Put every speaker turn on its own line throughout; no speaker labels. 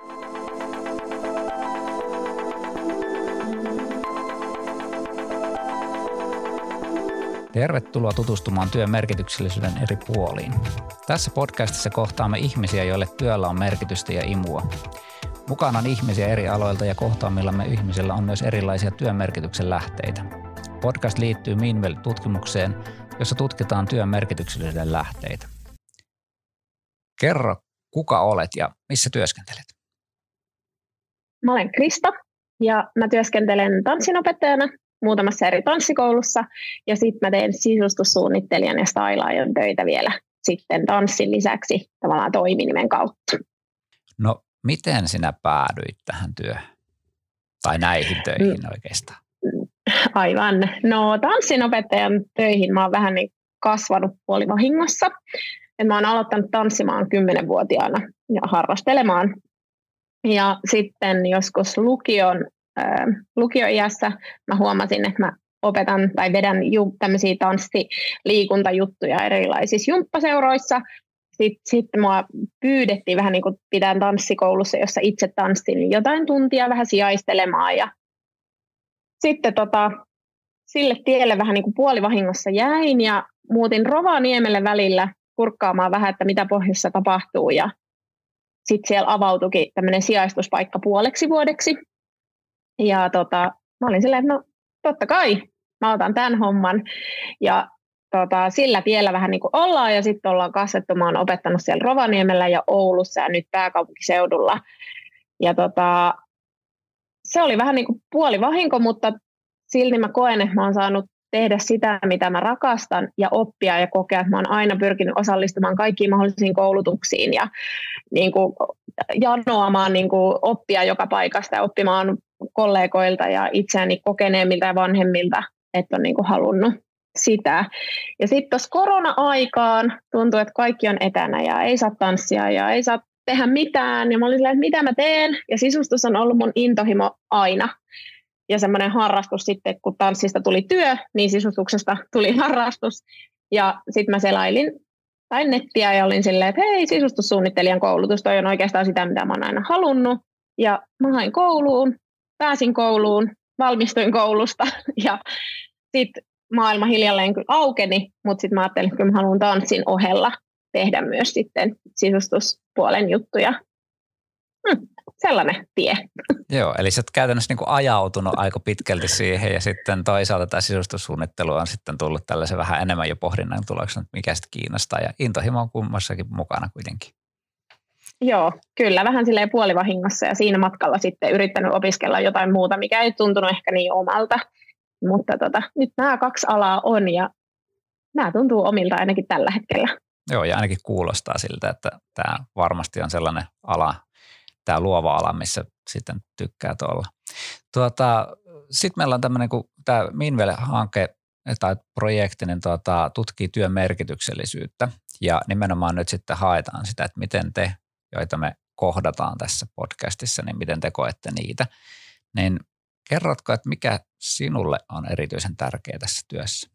Tervetuloa tutustumaan työn merkityksellisyyden eri puoliin. Tässä podcastissa kohtaamme ihmisiä, joille työllä on merkitystä ja imua. Mukana on ihmisiä eri aloilta ja kohtaamillamme ihmisillä on myös erilaisia työn merkityksen lähteitä. Podcast liittyy Meanwell-tutkimukseen, jossa tutkitaan työn merkityksellisyyden lähteitä. Kerro, kuka olet ja missä työskentelet?
Mä olen Krista ja mä työskentelen tanssinopettajana muutamassa eri tanssikoulussa ja sitten mä teen sisustussuunnittelijan ja stylaajan töitä vielä sitten tanssin lisäksi tavallaan toiminimen kautta.
No, miten sinä päädyit tähän työhön? Tai näihin töihin oikeastaan?
Aivan. No tanssinopettajan töihin mä oon vähän niin kasvanut puolivahingossa. Et mä oon aloittanut tanssimaan 10-vuotiaana ja harrastelemaan. Ja sitten joskus lukioiässä mä huomasin, että mä opetan tai vedän tämmöisiä tanssiliikuntajuttuja erilaisissa jumppaseuroissa. Sitten mua pyydettiin vähän niin kuin pitää tanssikoulussa, jossa itse tanssin, niin jotain tuntia vähän sijaistelemaan. Ja sitten sille tielle vähän niin kuin puolivahingossa jäin ja muutin Rovaniemelle välillä kurkkaamaan vähän, että mitä pohjoissa tapahtuu. Ja sitten siellä avautuikin tämmöinen sijaistuspaikka puoleksi vuodeksi. Ja mä olin silleen, että no totta kai mä otan tämän homman. Ja sillä tiellä vähän niin kuin ollaan ja sitten ollaan kasvettu. Mä oon opettanut siellä Rovaniemellä ja Oulussa ja nyt pääkaupunkiseudulla. Ja se oli vähän niin kuin puolivahinko, mutta silti mä koen, että mä oon saanut tehdä sitä, mitä mä rakastan ja oppia ja kokea, että mä oon aina pyrkinyt osallistumaan kaikkiin mahdollisiin koulutuksiin ja niin kuin janoamaan niin kuin oppia joka paikasta ja oppimaan kollegoilta ja itseäni kokeneemmilta ja vanhemmilta, että on niin kuin halunnut sitä. Ja sitten tuossa korona-aikaan tuntui, että kaikki on etänä ja ei saa tanssia ja ei saa tehdä mitään. Ja mä olin silleen, että mitä mä teen? Ja sisustus on ollut mun intohimo aina. Ja semmoinen harrastus sitten, kun tanssista tuli työ, niin sisustuksesta tuli harrastus. Ja sitten mä selailin nettiä ja olin silleen, että hei, sisustussuunnittelijan koulutus, toi on oikeastaan sitä, mitä mä oon aina halunnut. Ja mä hain kouluun, pääsin kouluun, valmistuin koulusta ja sitten maailma hiljalleen kyllä aukeni, mutta sitten mä ajattelin, että kyllä mä haluan tanssin ohella tehdä myös sitten sisustuspuolen juttuja. Sellainen tie.
Joo, eli sä oot käytännössä niin kuin ajautunut aika pitkälti siihen ja sitten toisaalta tämä sisustussuunnittelu on sitten tullut tällaisen vähän enemmän jo pohdinnan tuloksena, että mikä sitä kiinnostaa ja intohimo on kummassakin mukana kuitenkin.
Joo, kyllä vähän silleen puolivahingossa ja siinä matkalla sitten yrittänyt opiskella jotain muuta, mikä ei tuntunut ehkä niin omalta. Mutta nyt nämä kaksi alaa on ja nämä tuntuu omilta ainakin tällä hetkellä.
Joo, ja ainakin kuulostaa siltä, että tämä varmasti on sellainen ala, tämä luova ala, missä sitten tykkää olla. Sitten meillä on tämmöinen, kun tämä Meanwell-hanke tai projekti niin tutkii työn merkityksellisyyttä ja nimenomaan nyt sitten haetaan sitä, että miten te, joita me kohdataan tässä podcastissa, niin miten te koette niitä. Niin kerrotko, että mikä sinulle on erityisen tärkeää tässä työssä?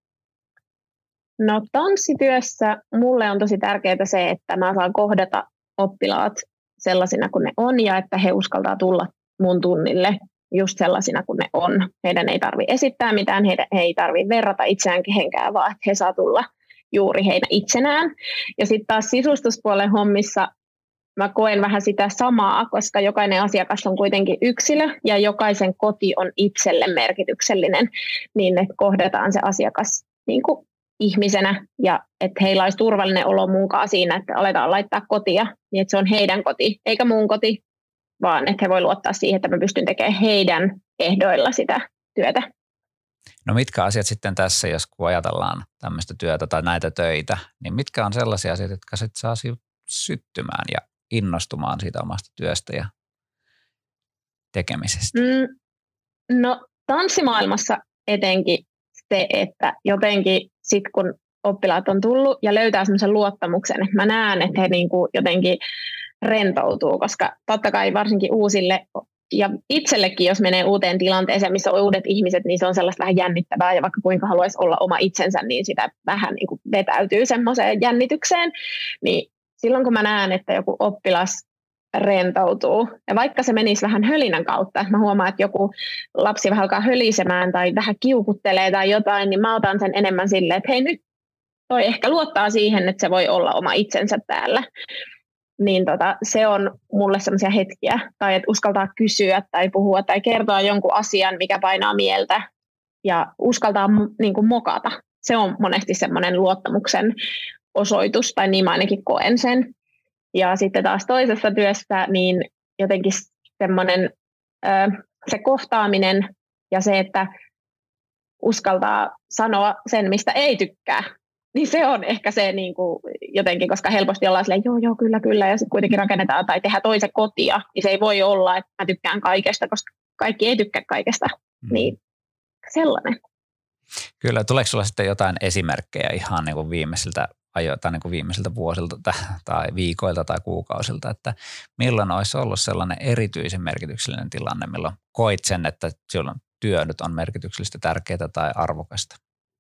No tanssityössä mulle on tosi tärkeää se, että mä saan kohdata oppilaat sellaisina kuin ne on ja että he uskaltaa tulla mun tunnille just sellaisina kuin ne on. Heidän ei tarvitse esittää mitään, he ei tarvitse verrata itseään kehenkään, vaan että he saa tulla juuri heidän itsenään. Ja sitten taas sisustuspuolen hommissa mä koen vähän sitä samaa, koska jokainen asiakas on kuitenkin yksilö ja jokaisen koti on itselle merkityksellinen, niin että kohdataan se asiakas niin kuin ihmisenä ja että heillä olisi turvallinen olo muunkaan siinä, että aletaan laittaa kotia, niin että se on heidän koti eikä mun koti, vaan että he voi luottaa siihen, että mä pystyn tekemään heidän ehdoilla sitä työtä.
No mitkä asiat sitten tässä, jos kun ajatellaan tämmöistä työtä tai näitä töitä, niin mitkä on sellaisia asioita, jotka sitten saa syttymään ja innostumaan siitä omasta työstä ja tekemisestä?
No tanssimaailmassa etenkin se, että jotenkin sitten kun oppilaat on tullut ja löytää semmoisen luottamuksen, että mä näen, että he niinku jotenkin rentoutuu, koska totta kai varsinkin uusille ja itsellekin, jos menee uuteen tilanteeseen, missä on uudet ihmiset, niin se on sellaista vähän jännittävää ja vaikka kuinka haluaisi olla oma itsensä, niin sitä vähän niin kuin vetäytyy semmoiseen jännitykseen. Niin silloin kun mä näen, että joku oppilas rentoutuu. Ja vaikka se menisi vähän hölinän kautta, että mä huomaan, että joku lapsi vähän alkaa hölisemään tai vähän kiukuttelee tai jotain, niin mä otan sen enemmän silleen, että hei nyt toi ehkä luottaa siihen, että se voi olla oma itsensä täällä. Niin se on mulle sellaisia hetkiä, tai että uskaltaa kysyä tai puhua tai kertoa jonkun asian, mikä painaa mieltä ja uskaltaa niin kuin mokata. Se on monesti semmoinen luottamuksen osoitus, tai niin mä ainakin koen sen. Ja sitten taas toisessa työssä niin jotenkin semmoinen se kohtaaminen ja se, että uskaltaa sanoa sen, mistä ei tykkää, niin se on ehkä se niin kuin jotenkin, koska helposti ollaan silleen, joo, kyllä, ja sitten kuitenkin rakennetaan tai tehdään toisen kotia, niin se ei voi olla, että mä tykkään kaikesta, koska kaikki ei tykkää kaikesta, niin sellainen.
Kyllä, tuleeko sulla sitten jotain esimerkkejä ihan niin kuin viimeisiltä ajoilta, niin kuin viimeisiltä vuosilta tai viikoilta tai kuukausilta, että milloin olisi ollut sellainen erityisen merkityksellinen tilanne, milloin koit sen, että silloin työ nyt on merkityksellistä, tärkeää tai arvokasta?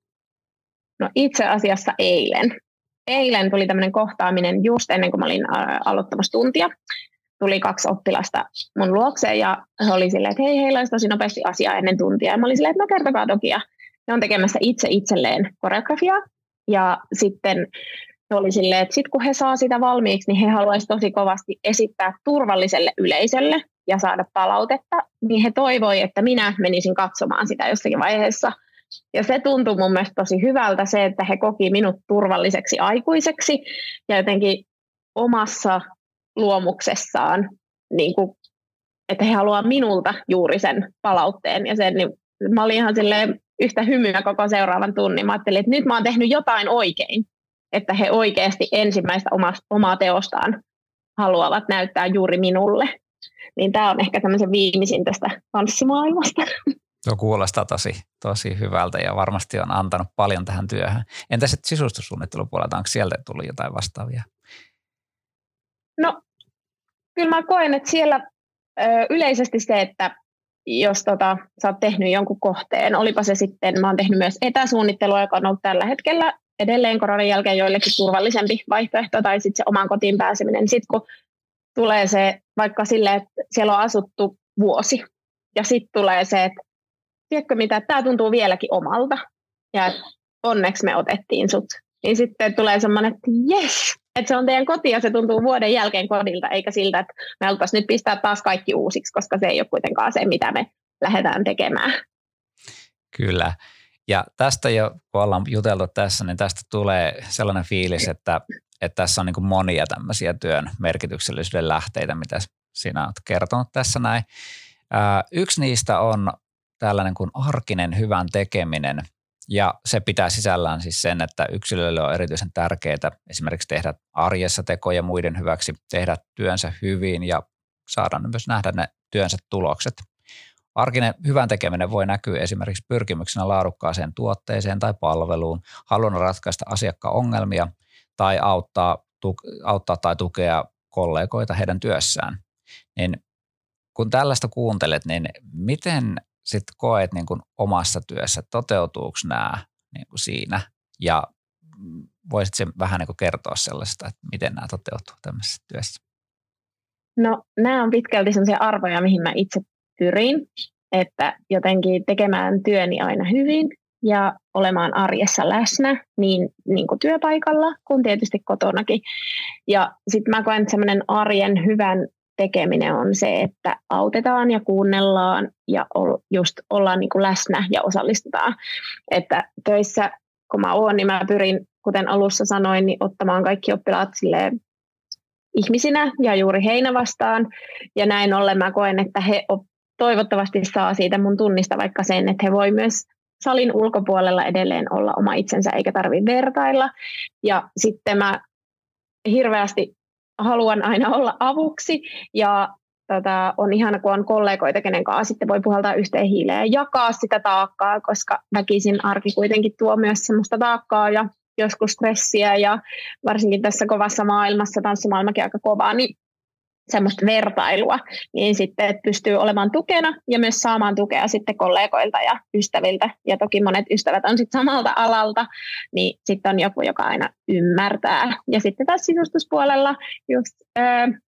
No itse asiassa eilen. Eilen tuli tämmöinen kohtaaminen just ennen kuin mä olin aloittamassa tuntia. Tuli 2 oppilasta mun luokseen ja he oli silleen, että hei, heillä olisi tosi nopeasti asiaa ennen tuntia. Ja mä olin silleen, että no kertokaa toki. Ja ne on tekemässä itse itselleen koreografiaa. Ja sitten he oli silleen, että sitten kun he saa sitä valmiiksi, niin he haluaisivat tosi kovasti esittää turvalliselle yleisölle ja saada palautetta. Niin he toivoi, että minä menisin katsomaan sitä jossakin vaiheessa. Ja se tuntui mun mielestä tosi hyvältä se, että he koki minut turvalliseksi aikuiseksi ja jotenkin omassa luomuksessaan, niin kuin, että he haluaa minulta juuri sen palautteen. Ja sen, niin mä olin ihan silleen yhtä hymyä koko seuraavan tunnin. Mä ajattelin, että nyt mä oon tehnyt jotain oikein, että he oikeasti ensimmäistä omaa teostaan haluavat näyttää juuri minulle. Niin tämä on ehkä tämmöisen viimeisin tästä tanssimaailmasta.
Tuo kuulostaa tosi hyvältä ja varmasti on antanut paljon tähän työhön. Entä sitten sisustussuunnittelupuolelta, onko sieltä tullut jotain vastaavia?
No, kyllä mä koen, että siellä yleisesti se, että jos sä oot tehnyt jonkun kohteen, olipa se sitten, mä oon tehnyt myös etäsuunnittelua, joka on ollut tällä hetkellä edelleen koronan jälkeen joillekin turvallisempi vaihtoehto, tai sitten se oman kotiin pääseminen. Sitten kun tulee se vaikka silleen, että siellä on asuttu vuosi, ja sitten tulee se, että tiedätkö mitä, tämä tuntuu vieläkin omalta, ja onneksi me otettiin sut. Niin sitten tulee semmoinen, että jes, että se on teidän koti ja se tuntuu vuoden jälkeen kodilta, eikä siltä, että me haluttaisiin nyt pistää taas kaikki uusiksi, koska se ei ole kuitenkaan se, mitä me lähdetään tekemään.
Kyllä. Ja tästä jo, kun ollaan juteltu tässä, niin tästä tulee sellainen fiilis, että tässä on niin kuin monia tämmöisiä työn merkityksellisyyden lähteitä, mitä sinä olet kertonut tässä näin. Yksi niistä on tällainen kuin arkinen hyvän tekeminen. Ja se pitää sisällään siis sen, että yksilölle on erityisen tärkeää esimerkiksi tehdä arjessa tekoja muiden hyväksi, tehdä työnsä hyvin ja saada myös nähdä ne työnsä tulokset. Arkinen hyvän tekeminen voi näkyä esimerkiksi pyrkimyksenä laadukkaaseen tuotteeseen tai palveluun, haluna ratkaista asiakkaan ongelmia tai auttaa tai tukea kollegoita heidän työssään. Niin kun tällaista kuuntelet, niin miten sitten koet niin kuin omassa työssä, toteutuuko nämä niin kuin siinä ja voisit sen vähän niin kuin kertoa sellaista, että miten nämä toteutuu tämmöisessä työssä?
No nämä on pitkälti sellaisia arvoja, mihin mä itse pyrin, että jotenkin tekemään työni aina hyvin ja olemaan arjessa läsnä niin kuin työpaikalla kuin tietysti kotonakin. Ja sitten mä koen, että semmoinen arjen hyvän tekeminen on se, että autetaan ja kuunnellaan ja just ollaan niin kuin läsnä ja osallistutaan. Että töissä, kun mä oon, niin mä pyrin, kuten alussa sanoin, niin ottamaan kaikki oppilaat silleen ihmisinä ja juuri heinä vastaan. Ja näin ollen mä koen, että he toivottavasti saa siitä mun tunnista vaikka sen, että he voi myös salin ulkopuolella edelleen olla oma itsensä eikä tarvitse vertailla. Ja sitten mä hirveästi haluan aina olla avuksi ja on ihana, kun on kollegoita, kenen kanssa sitten voi puhaltaa yhteen hiileen ja jakaa sitä taakkaa, koska väkisin arki kuitenkin tuo myös semmoista taakkaa ja joskus stressiä ja varsinkin tässä kovassa maailmassa, tanssimaailmakin aika kovaa, niin semmoista vertailua, niin sitten että pystyy olemaan tukena ja myös saamaan tukea sitten kollegoilta ja ystäviltä. Ja toki monet ystävät on sitten samalta alalta, niin sitten on joku, joka aina ymmärtää. Ja sitten taas sisustuspuolella just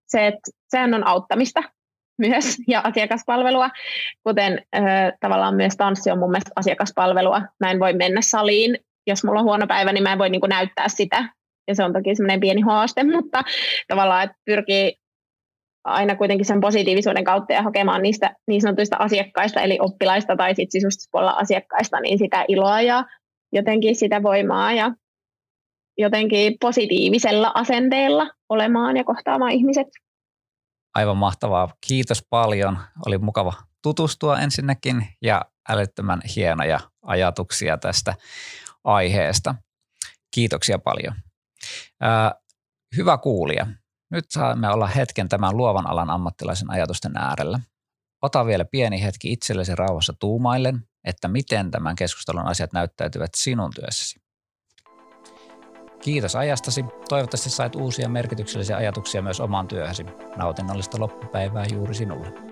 se, että sehän on auttamista myös ja asiakaspalvelua, kuten tavallaan myös tanssi on mun mielestä asiakaspalvelua. Mä en voi mennä saliin, jos mulla on huono päivä, niin mä en voi niin kuin näyttää sitä. Ja se on toki semmoinen pieni haaste, mutta tavallaan, että pyrkii aina kuitenkin sen positiivisuuden kautta ja hakemaan niistä niin sanotuista asiakkaista, eli oppilaista tai sitten sisustuspuolella asiakkaista, niin sitä iloa ja jotenkin sitä voimaa ja jotenkin positiivisella asenteella olemaan ja kohtaamaan ihmiset.
Aivan mahtavaa. Kiitos paljon. Oli mukava tutustua ensinnäkin ja älyttömän hienoja ajatuksia tästä aiheesta. Kiitoksia paljon. Hyvä kuulija. Nyt saamme olla hetken tämän luovan alan ammattilaisen ajatusten äärellä. Ota vielä pieni hetki itsellesi rauhassa tuumaillen, että miten tämän keskustelun asiat näyttäytyvät sinun työssäsi. Kiitos ajastasi. Toivottavasti sait uusia merkityksellisiä ajatuksia myös omaan työhösi. Nautinnollista loppupäivää juuri sinulle.